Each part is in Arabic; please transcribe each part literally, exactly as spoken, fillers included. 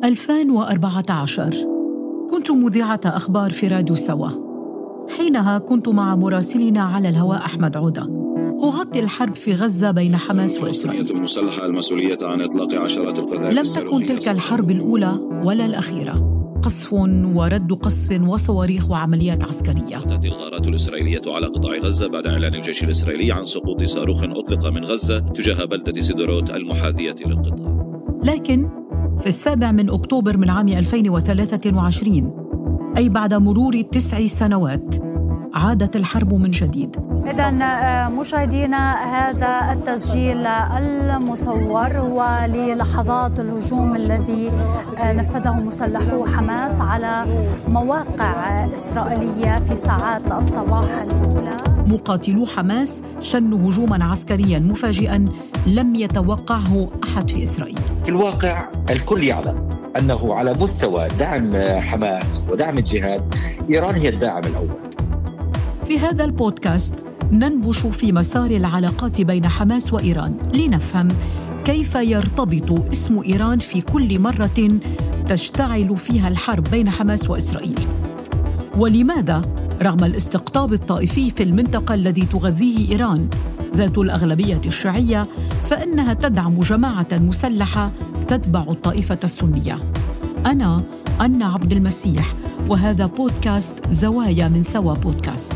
ألفين وأربعة عشر كنت مذيعة أخبار في راديو سوا. حينها كنت مع مراسلنا على الهواء أحمد عودة أغطي الحرب في غزة بين حماس وإسرائيل. المسلحة المسؤولية عن إطلاق عشرات القذائف. لم تكن تلك الحرب الأولى ولا الأخيرة، قصف ورد قصف وصواريخ وعمليات عسكرية. تأتي الغارات الإسرائيلية على قطاع غزة بعد إعلان الجيش الإسرائيلي عن سقوط صاروخ أطلق من غزة تجاه بلدة سيدروت المحاذية للقطاع. لكن في السابع من أكتوبر من عام ألفين وثلاثة وعشرين، أي بعد مرور تسع سنوات، عادت الحرب من جديد. إذن مشاهدينا، هذا التسجيل المصور هو للحظات الهجوم الذي نفذه مسلحو حماس على مواقع إسرائيلية في ساعات الصباح الأولى. مقاتلو حماس شنوا هجوماً عسكرياً مفاجئاً لم يتوقعه أحد في إسرائيل. في الواقع الكل يعلم أنه على مستوى دعم حماس ودعم الجهاد، إيران هي الداعم الأول. في هذا البودكاست ننبش في مسار العلاقات بين حماس وإيران لنفهم كيف يرتبط اسم إيران في كل مرة تشتعل فيها الحرب بين حماس وإسرائيل، ولماذا رغم الاستقطاب الطائفي في المنطقة الذي تغذيه إيران ذات الأغلبية الشيعية فإنها تدعم جماعة مسلحة تتبع الطائفة السنية. أنا أنا عبد المسيح، وهذا بودكاست زوايا من سوا بودكاست.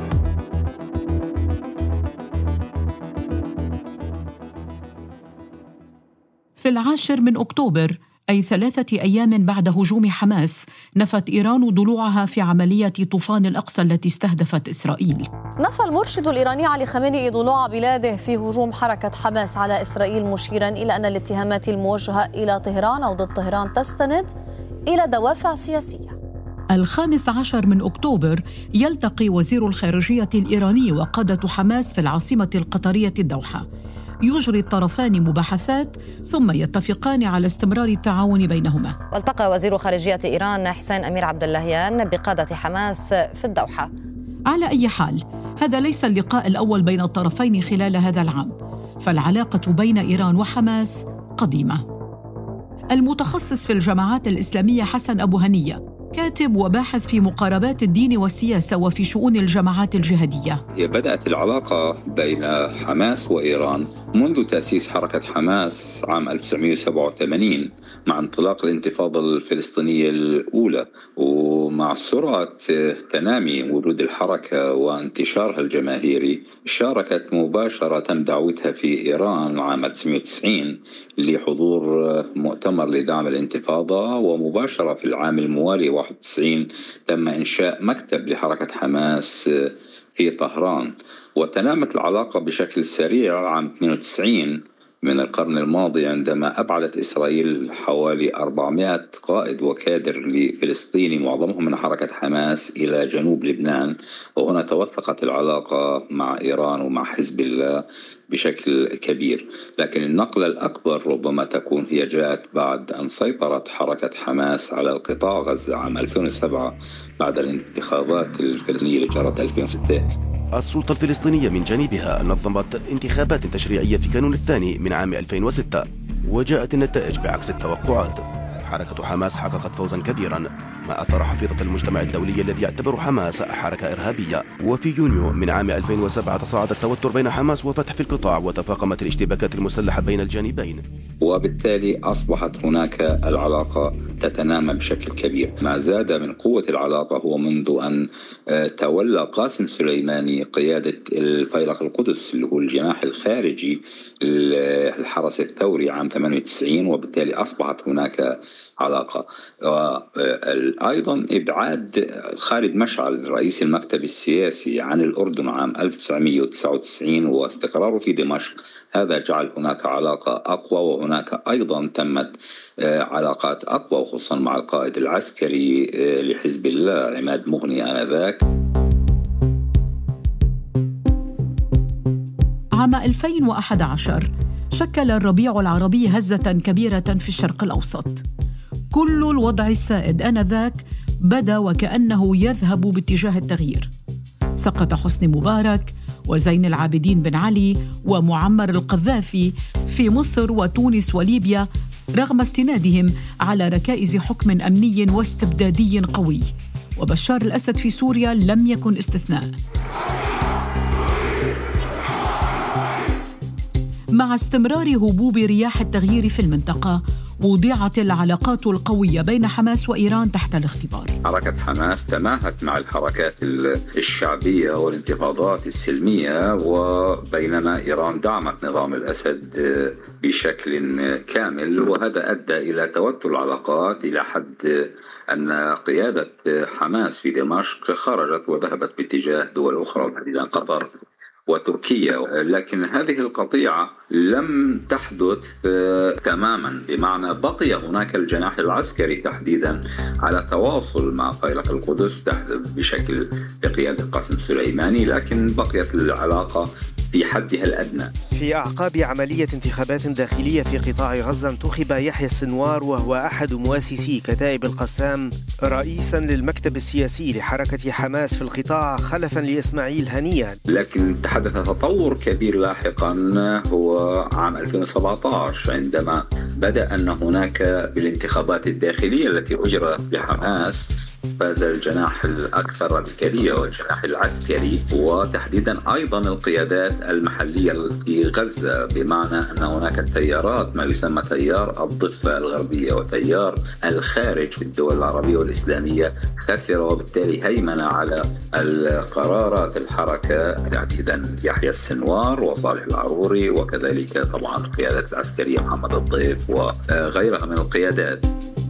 في العاشر من أكتوبر، أي ثلاثة أيام بعد هجوم حماس، نفت إيران ضلوعها في عملية طوفان الأقصى التي استهدفت إسرائيل. نفى المرشد الإيراني علي خامنئي ضلوع بلاده في هجوم حركة حماس على إسرائيل، مشيراً إلى أن الاتهامات الموجهة إلى طهران أو ضد طهران تستند إلى دوافع سياسية. الخامس عشر من أكتوبر يلتقي وزير الخارجية الإيراني وقادة حماس في العاصمة القطرية الدوحة. يجري الطرفان مباحثات ثم يتفقان على استمرار التعاون بينهما. والتقى وزير خارجية إيران حسين أمير عبد اللهيان بقادة حماس في الدوحة. على أي حال، هذا ليس اللقاء الأول بين الطرفين خلال هذا العام، فالعلاقة بين إيران وحماس قديمة. المتخصص في الجماعات الإسلامية حسن أبو هنية، كاتب وباحث في مقاربات الدين والسياسة وفي شؤون الجماعات الجهادية. هي بدأت العلاقة بين حماس وإيران منذ تأسيس حركة حماس عام ألف وتسعمائة وسبعة وثمانين مع انطلاق الانتفاضة الفلسطينية الأولى، ومع سرعة تنامي وجود الحركة وانتشارها الجماهيري شاركت مباشرة دعوتها في إيران عام ألف وتسعمائة وتسعين لحضور مؤتمر لدعم الانتفاضة، ومباشرة في العام الموالي واحد وتسعين تم إنشاء مكتب لحركة حماس في طهران. وتنامت العلاقة بشكل سريع عام اثنين وتسعين من القرن الماضي عندما أبعدت إسرائيل حوالي أربعمائة قائد وكادر لفلسطيني معظمهم من حركة حماس إلى جنوب لبنان، وهنا توثقت العلاقة مع إيران ومع حزب الله بشكل كبير. لكن النقلة الأكبر ربما تكون هي جاءت بعد أن سيطرت حركة حماس على القطاع غزة عام ألفين وسبعة بعد الانتخابات الفلسطينية اللي جرت ألفين وستة. السلطة الفلسطينية من جانبها نظمت انتخابات تشريعية في كانون الثاني من عام ألفين وستة، وجاءت النتائج بعكس التوقعات. حركة حماس حققت فوزا كبيرا، ما أثار حفيظة المجتمع الدولي الذي يعتبر حماس حركة إرهابية. وفي يونيو من عام ألفين وسبعة تصاعد التوتر بين حماس وفتح في القطاع، وتفاقمت الاشتباكات المسلحة بين الجانبين، وبالتالي أصبحت هناك العلاقة تتنامى بشكل كبير. ما زاد من قوة العلاقة هو منذ أن تولى قاسم سليماني قيادة الفيلق القدس اللي هو الجناح الخارجي الحرس الثوري عام ثمانية وتسعين، وبالتالي أصبحت هناك علاقة. أيضا إبعاد خالد مشعل رئيس المكتب السياسي عن الأردن عام ألف وتسعمائة وتسعة وتسعين واستقراره في دمشق، هذا جعل هناك علاقة أقوى، وهناك أيضا تمت علاقات أقوى خصوصا مع القائد العسكري لحزب الله عماد مغني آنذاك. عام ألفين وأحد عشر شكل الربيع العربي هزة كبيرة في الشرق الأوسط. كل الوضع السائد آنذاك بدا وكأنه يذهب باتجاه التغيير. سقط حسني مبارك وزين العابدين بن علي ومعمر القذافي في مصر وتونس وليبيا رغم استنادهم على ركائز حكم أمني واستبدادي قوي. وبشار الأسد في سوريا لم يكن استثناء. مع استمرار هبوب رياح التغيير في المنطقة، وضعت العلاقات القوية بين حماس وإيران تحت الاختبار. حركة حماس تماهت مع الحركات الشعبية والانتفاضات السلمية، وبينما إيران دعمت نظام الأسد بشكل كامل، وهذا أدى إلى توتر العلاقات إلى حد أن قيادة حماس في دمشق خرجت وذهبت باتجاه دول أخرى تحديدا قطر وتركيا. لكن هذه القطيعة لم تحدث تماما، بمعنى بقي هناك الجناح العسكري تحديدا على تواصل مع فيلق القدس بشكل بقيادة قاسم سليماني، لكن بقيت العلاقة في حدها الأدنى. في أعقاب عملية انتخابات داخلية في قطاع غزة، انتخب يحيى السنوار وهو أحد مؤسسي كتائب القسام رئيسا للمكتب السياسي لحركة حماس في القطاع خلفا لإسماعيل هنية. لكن تحدث تطور كبير لاحقا هو عام ألفين وسبعة عشر عندما بدأ أن هناك بالانتخابات الداخلية التي أجرت لحماس فاز الجناح الأكثر راديكالية والجناح العسكري، وتحديدا أيضا القيادات المحلية في غزة، بمعنى أن هناك التيارات ما يسمى تيار الضفة الغربية وتيار الخارج في الدول العربية والإسلامية خسر، وبالتالي هيمن على القرارات الحركة تحديدا يحيى السنوار وصالح العروري، وكذلك طبعا القيادات العسكرية محمد الضيف وغيرها من القيادات.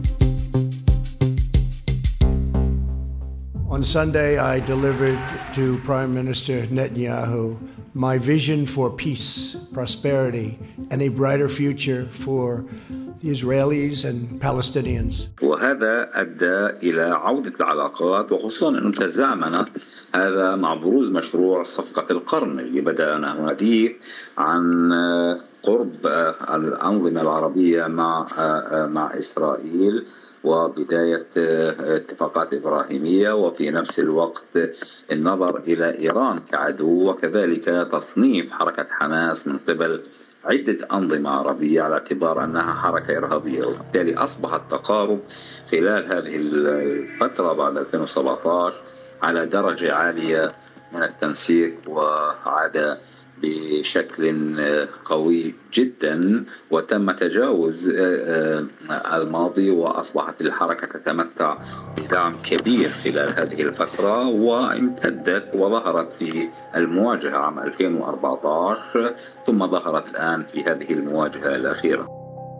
On Sunday, I delivered to Prime Minister Netanyahu my vision for peace, prosperity, and a brighter future for the Israelis and Palestinians. وهذا أدى إلى عودة العلاقات، وخصوصا أنه تزامن هذا مع بروز مشروع صفقة القرن اللي بدأنا الحديث عن قرب الأنظمة العربية مع مع إسرائيل وبداية اتفاقات إبراهيمية، وفي نفس الوقت النظر إلى إيران كعدو، وكذلك تصنيف حركة حماس من قبل عدة أنظمة عربية على اعتبار أنها حركة إرهابية. وبالتالي أصبح التقارب خلال هذه الفترة بعد ألفين وسبعة عشر على درجة عالية من التنسيق، وعاد بشكل قوي جدا، وتم تجاوز الماضي، وأصبحت الحركة تتمتع بدعم كبير خلال هذه الفترة، وامتدت وظهرت في المواجهة عام ألفين وأربعة عشر، ثم ظهرت الآن في هذه المواجهة الأخيرة.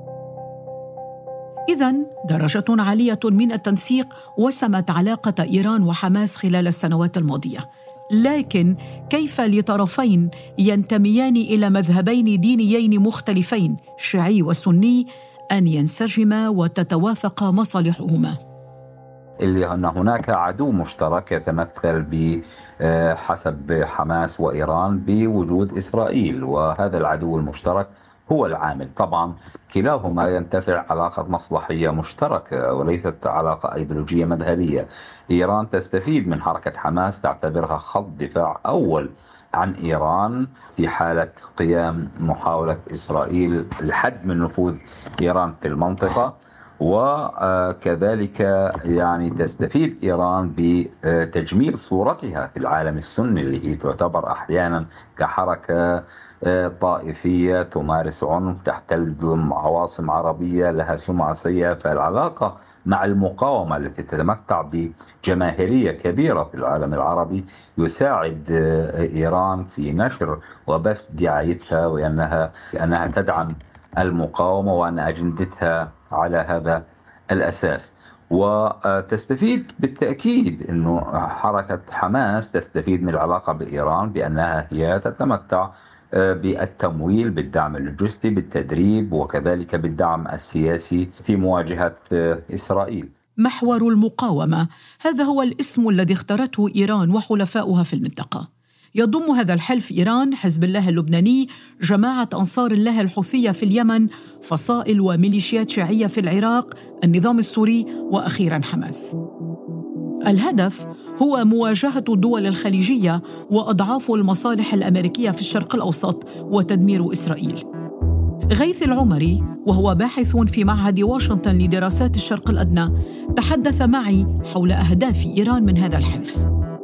إذن درجة عالية من التنسيق وسمت علاقة إيران وحماس خلال السنوات الماضية. لكن كيف لطرفين ينتميان إلى مذهبين دينيين مختلفين شيعي وسني أن ينسجما وتتوافق مصالحهما؟ اللي أن هناك عدو مشترك يتمثل بحسب حماس وإيران بوجود إسرائيل، وهذا العدو المشترك هو العامل. طبعا كلاهما ينتفع علاقة مصلحية مشتركة وليست علاقة أيديولوجية مذهبية. إيران تستفيد من حركة حماس، تعتبرها خط دفاع أول عن إيران في حالة قيام محاولة إسرائيل الحد من نفوذ إيران في المنطقة، وكذلك يعني تستفيد إيران بتجميل صورتها في العالم السني اللي هي تعتبر أحيانا كحركة طائفية تمارس عنف، تحتل عواصم عربية لها سمعة سيئة. فالعلاقة مع المقاومة التي تتمتع بجماهيرية كبيرة في العالم العربي يساعد إيران في نشر وبث دعايتها، وأنها أنها تدعم المقاومة وأن أجندتها على هذا الأساس. وتستفيد بالتأكيد أنه حركة حماس تستفيد من العلاقة بإيران بأنها هي تتمتع بالتمويل، بالدعم اللوجستي، بالتدريب، وكذلك بالدعم السياسي في مواجهة إسرائيل. محور المقاومة، هذا هو الاسم الذي اختارته إيران وحلفاؤها في المنطقة. يضم هذا الحلف إيران، حزب الله اللبناني، جماعة أنصار الله الحوثية في اليمن، فصائل وميليشيات شيعية في العراق، النظام السوري، وأخيراً حماس. الهدف هو مواجهة الدول الخليجية وأضعاف المصالح الأمريكية في الشرق الأوسط وتدمير إسرائيل. غيث العمري وهو باحث في معهد واشنطن لدراسات الشرق الأدنى تحدث معي حول أهداف إيران من هذا الحلف.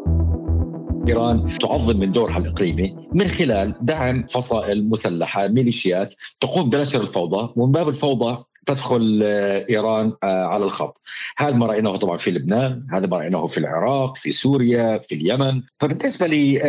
إيران تعظم من دورها الإقليمي من خلال دعم فصائل مسلحة ميليشيات تقوم بنشر الفوضى، ومن باب الفوضى تدخل إيران على الخط. هذا ما رأيناه طبعا في لبنان، هذا ما رأيناه في العراق، في سوريا، في اليمن. فبالنسبة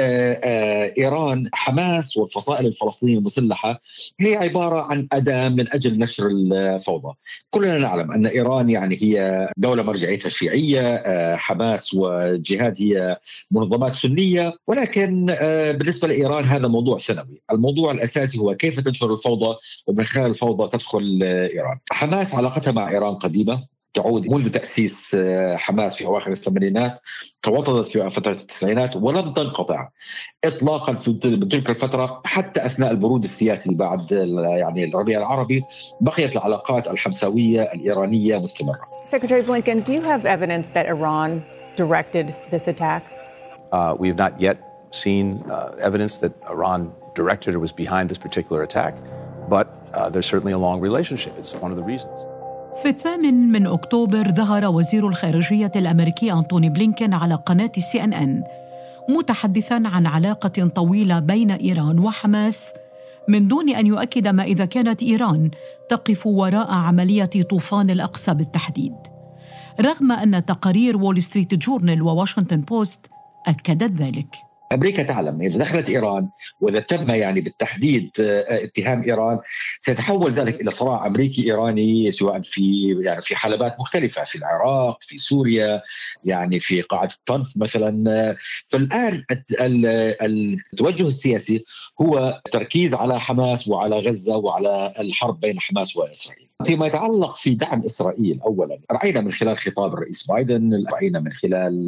لإيران حماس والفصائل الفلسطينية المسلحة هي عبارة عن أداة من أجل نشر الفوضى. كلنا نعلم أن إيران يعني هي دولة مرجعيتها شيعية، حماس وجهاد هي منظمات سنية، ولكن بالنسبة لإيران هذا موضوع ثانوي. الموضوع الأساسي هو كيف تنشر الفوضى، ومن خلال الفوضى تدخل إيران. حماس علاقتها مع إيران قديمة، تعود منذ تأسيس حماس في أواخر الثمانينات، توطدت في فترة التسعينات ولم تنقطع إطلاقا في تلك الفترة حتى أثناء البرود السياسي بعد يعني الربيع العربي. بقيت العلاقات الحمساوية الإيرانية مستمرة. Secretary Blinken, do you have evidence that Iran directed this attack? Uh, we have not yet seen uh, evidence that Iran directed or was behind this particular attack, but uh, there's certainly a long relationship. It's one of the reasons. في الثامن من أكتوبر ظهر وزير الخارجية الأمريكي أنتوني بلينكن على قناة سي إن إن متحدثاً عن علاقة طويلة بين إيران وحماس، من دون أن يؤكد ما إذا كانت إيران تقف وراء عملية طوفان الأقصى بالتحديد، رغم أن تقارير وول ستريت جورنال وواشنطن بوست أكدت ذلك. أمريكا تعلم إذا دخلت إيران وإذا تم يعني بالتحديد اتهام إيران سيتحول ذلك إلى صراع أمريكي إيراني، سواء في يعني في حلبات مختلفة، في العراق، في سوريا، يعني في قاعة الطنف مثلا. فالآن التوجه السياسي هو تركيز على حماس وعلى غزة وعلى الحرب بين حماس وإسرائيل. فيما يتعلق في دعم إسرائيل، أولا رأينا من خلال خطاب الرئيس بايدن، رأينا من خلال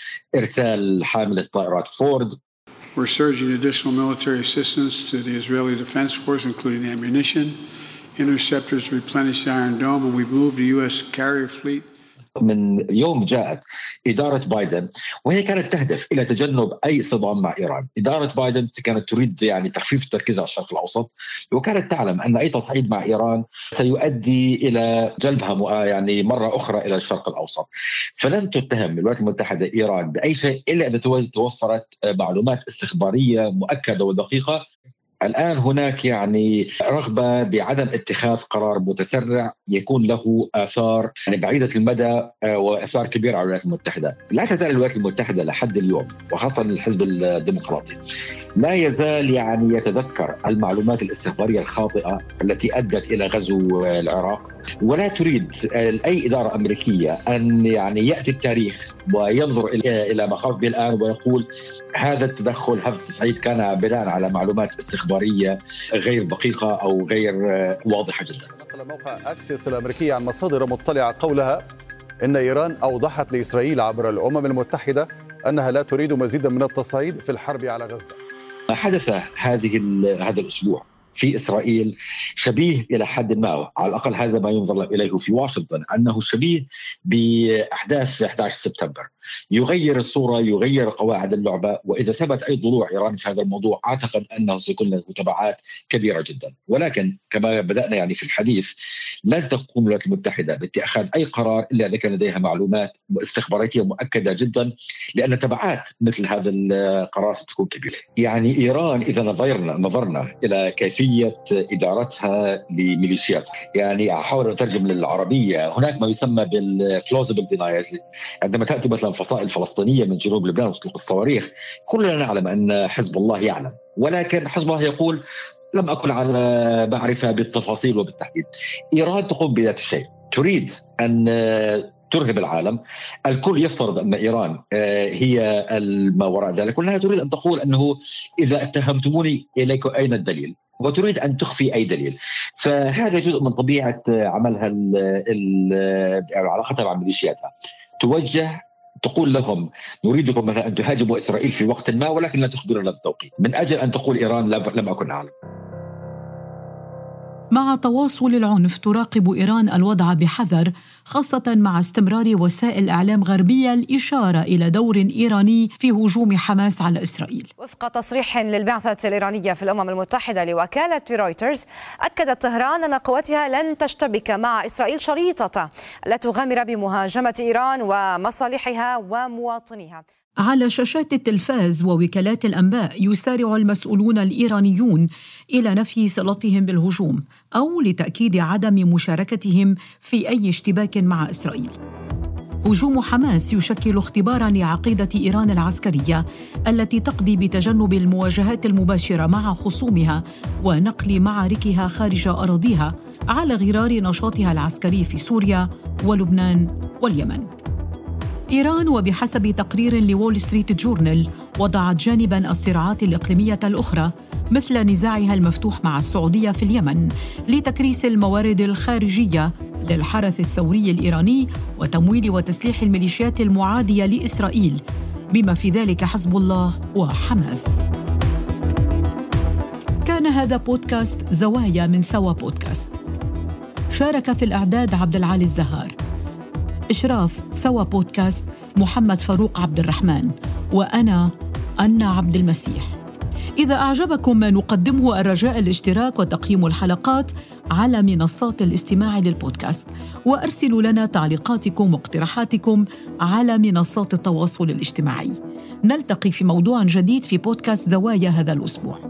إرسال حاملة طائرات فورد. We're surging additional military assistance to the Israeli Defense Force, including ammunition, interceptors to replenish the Iron Dome, and we've moved the U S carrier fleet. من يوم جاءت إدارة بايدن وهي كانت تهدف إلى تجنب أي صدام مع إيران. إدارة بايدن كانت تريد يعني تخفيف التركيز على الشرق الأوسط، وكانت تعلم أن أي تصعيد مع إيران سيؤدي إلى جلبها يعني مرة أخرى إلى الشرق الأوسط. فلن تتهم الولايات المتحدة إيران بأي شيء إلا إذا توفرت معلومات استخبارية مؤكدة ودقيقة. الآن هناك يعني رغبة بعدم اتخاذ قرار متسرع يكون له آثار يعني بعيدة المدى وآثار كبيرة على الولايات المتحدة. لا تزال الولايات المتحدة لحد اليوم، وخاصة الحزب الديمقراطي، لا يزال يعني يتذكر المعلومات الاستخبارية الخاطئة التي أدت إلى غزو العراق، ولا تريد أي إدارة أمريكية أن يعني يأتي التاريخ وينظر إلى ما خاف به الآن ويقول هذا التدخل، هذا التصعيد كان بناء على معلومات استخبارية غير دقيقة أو غير واضحة جدا. نقل موقع أكسيوس الأمريكي عن مصادر مطلعة قولها إن إيران أوضحت لإسرائيل عبر الأمم المتحدة أنها لا تريد مزيدا من التصعيد في الحرب على غزة. ما حدث هذه هذا الأسبوع في إسرائيل شبيه إلى حد ما، على الأقل هذا ما ينظر إليه في واشنطن، أنه شبيه بأحداث أحد عشر سبتمبر، يغير الصورة، يغير قواعد اللعبة. وإذا ثبت أي ضلوع إيران في هذا الموضوع أعتقد أنه سيكون له تبعات كبيرة جدا. ولكن كما بدأنا يعني في الحديث، لن تقوم الولايات المتحدة باتخاذ أي قرار إلا إذا كان لديها معلومات استخباراتية مؤكدة جدا، لأن تبعات مثل هذا القرار ستكون كبيرة. يعني إيران إذا نظرنا نظرنا إلى كيفية إدارتها لميليشياتها، يعني أحاول أن أترجم للعربية، هناك ما يسمى بالplausible denial. عندما تأتي مثلا فصائل فلسطينية من جنوب لبنان وتطلق الصواريخ، كلنا نعلم أن حزب الله يعلم، ولكن حزب الله يقول لم أكن على معرفة بالتفاصيل وبالتحديد. إيران تقوم بذات الشيء، تريد أن ترهب العالم. الكل يفترض أن إيران هي ما وراء ذلك، ولكنها تريد أن تقول أنه إذا اتهمتموني إليكم أين الدليل، وتريد أن تخفي أي دليل. فهذا جزء من طبيعة عملها علاقتها مع ميليشياتها، توجه تقول لهم نريدكم مثلا أن تهاجموا إسرائيل في وقت ما، ولكن لا تخبرنا بالتوقيت، من أجل أن تقول إيران لم أكن أعلم. مع تواصل العنف تراقب إيران الوضع بحذر، خاصة مع استمرار وسائل إعلام غربية الإشارة إلى دور إيراني في هجوم حماس على إسرائيل. وفق تصريح للبعثة الإيرانية في الأمم المتحدة لوكالة رويترز، أكدت طهران أن قواتها لن تشتبك مع إسرائيل شريطة لا تغامر بمهاجمة إيران ومصالحها ومواطنيها. على شاشات التلفاز ووكالات الأنباء يسارع المسؤولون الإيرانيون إلى نفي صلتهم بالهجوم أو لتأكيد عدم مشاركتهم في أي اشتباك مع إسرائيل. هجوم حماس يشكل اختباراً لعقيدة إيران العسكرية التي تقضي بتجنب المواجهات المباشرة مع خصومها ونقل معاركها خارج أراضيها على غرار نشاطها العسكري في سوريا ولبنان واليمن. إيران وبحسب تقرير لوول ستريت جورنال وضعت جانباً الصراعات الإقليمية الأخرى مثل نزاعها المفتوح مع السعودية في اليمن لتكريس الموارد الخارجية للحرس الثوري الإيراني وتمويل وتسليح الميليشيات المعادية لإسرائيل بما في ذلك حزب الله وحماس. كان هذا بودكاست زوايا من سوا بودكاست. شارك في الإعداد عبد العالي الزهار، إشراف سوا بودكاست محمد فاروق عبد الرحمن، وأنا أنا عبد المسيح. إذا أعجبكم ما نقدمه الرجاء الاشتراك وتقييم الحلقات على منصات الاستماع للبودكاست، وأرسلوا لنا تعليقاتكم واقتراحاتكم على منصات التواصل الاجتماعي. نلتقي في موضوع جديد في بودكاست زوايا هذا الأسبوع.